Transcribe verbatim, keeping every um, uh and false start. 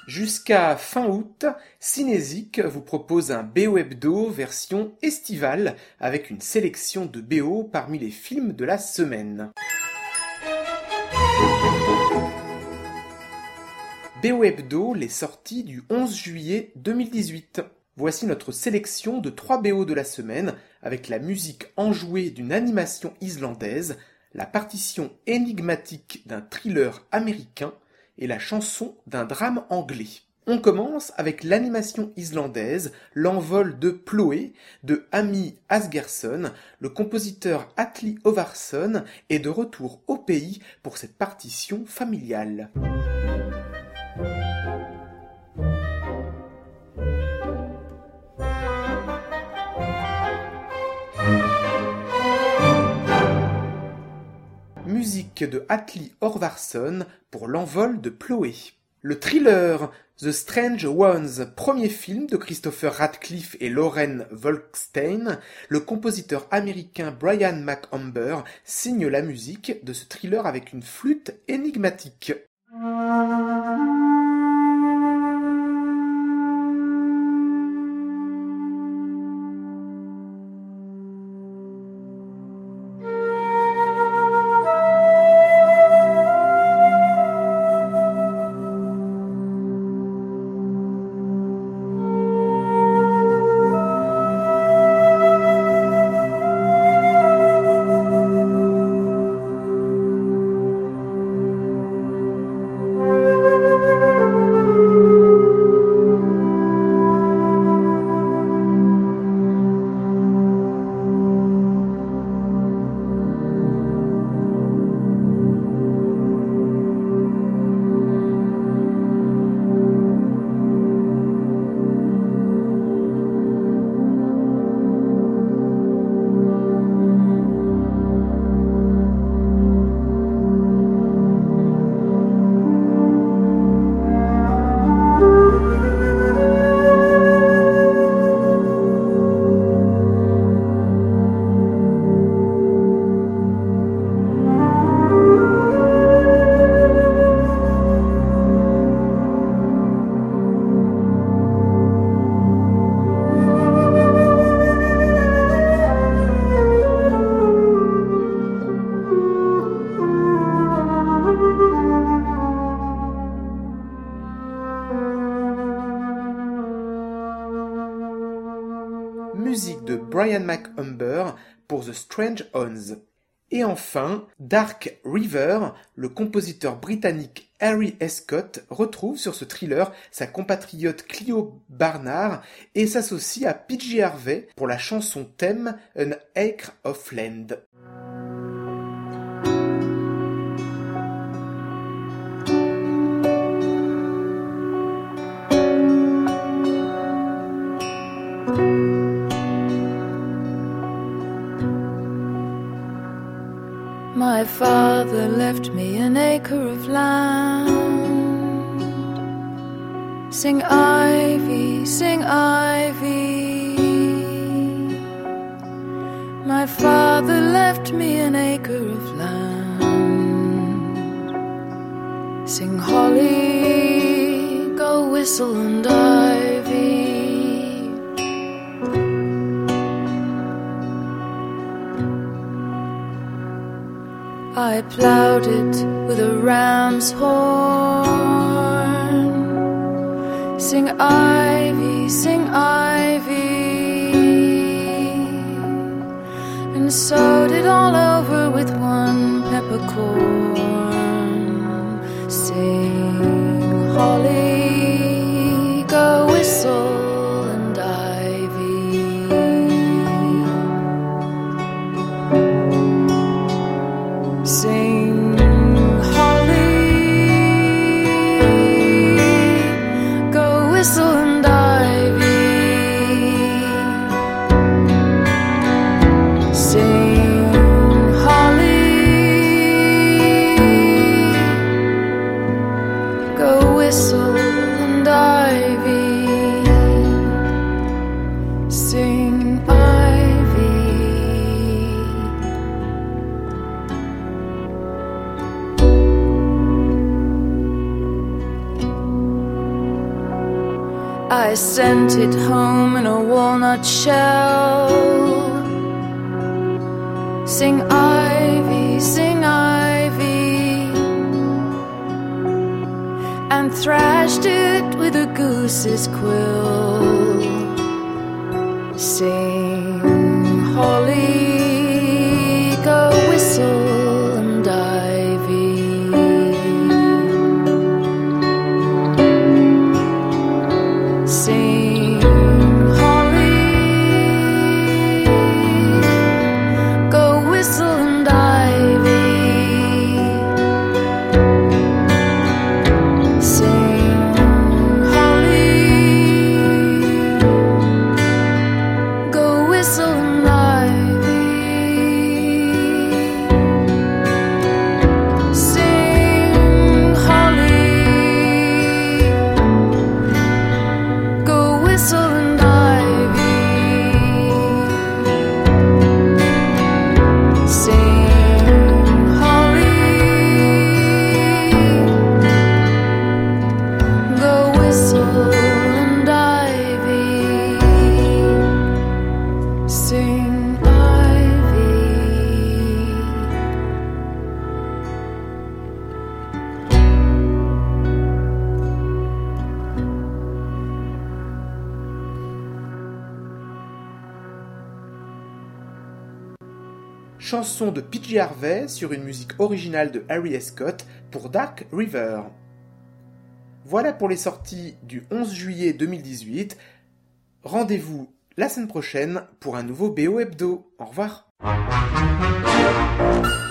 Jusqu'à fin août, Cinésique vous propose un B O Hebdo version estivale avec une sélection de B O parmi les films de la semaine. B O Hebdo, les sorties du onze juillet deux mille dix-huit. Voici notre sélection de trois B O de la semaine avec la musique enjouée d'une animation islandaise, la partition énigmatique d'un thriller américain et la chanson d'un drame anglais. On commence avec l'animation islandaise L'envol de Ploé de Amy Asgeirsson. Le compositeur Atli Ovarsson est de retour au pays pour cette partition familiale. Musique de Atli Orvarsson pour L'envol de Ploé. Le thriller The Strange Ones, premier film de Christopher Radcliffe et Lauren Volkstein, le compositeur américain Brian McAmber signe la musique de ce thriller avec une flûte énigmatique. Musique de Brian McAmber pour The Strange Ones. Et enfin, Dark River, le compositeur britannique Harry Escott retrouve sur ce thriller sa compatriote Clio Barnard et s'associe à P J Harvey pour la chanson thème An Acre of Land. My father left me an acre of land. Sing ivy, sing ivy. My father left me an acre of land. Sing holly, go whistle and ivy. I ploughed it with a ram's horn. Sing ivy, sing ivy. And sowed it all over with one peppercorn. Sing holly, go whistle and ivy. Sing holly, go whistle and ivy. Sing holly, go whistle and ivy. Sing ivy. I sent it home in a walnut shell. Sing ivy, sing ivy, and thrashed it with a goose's quill. Sing holly, go whistle and ivy. Sing holly, go whistle and ivy. Sing holly, go whistle and ivy. Sing holly, go whistle and ivy. Sing holly, go whistle and ivy. Sing ivy. Chanson de P J Harvey sur une musique originale de Harry S. Scott pour Dark River. Voilà pour les sorties du onze juillet deux mille dix-huit. Rendez-vous la semaine prochaine pour un nouveau B O Hebdo. Au revoir.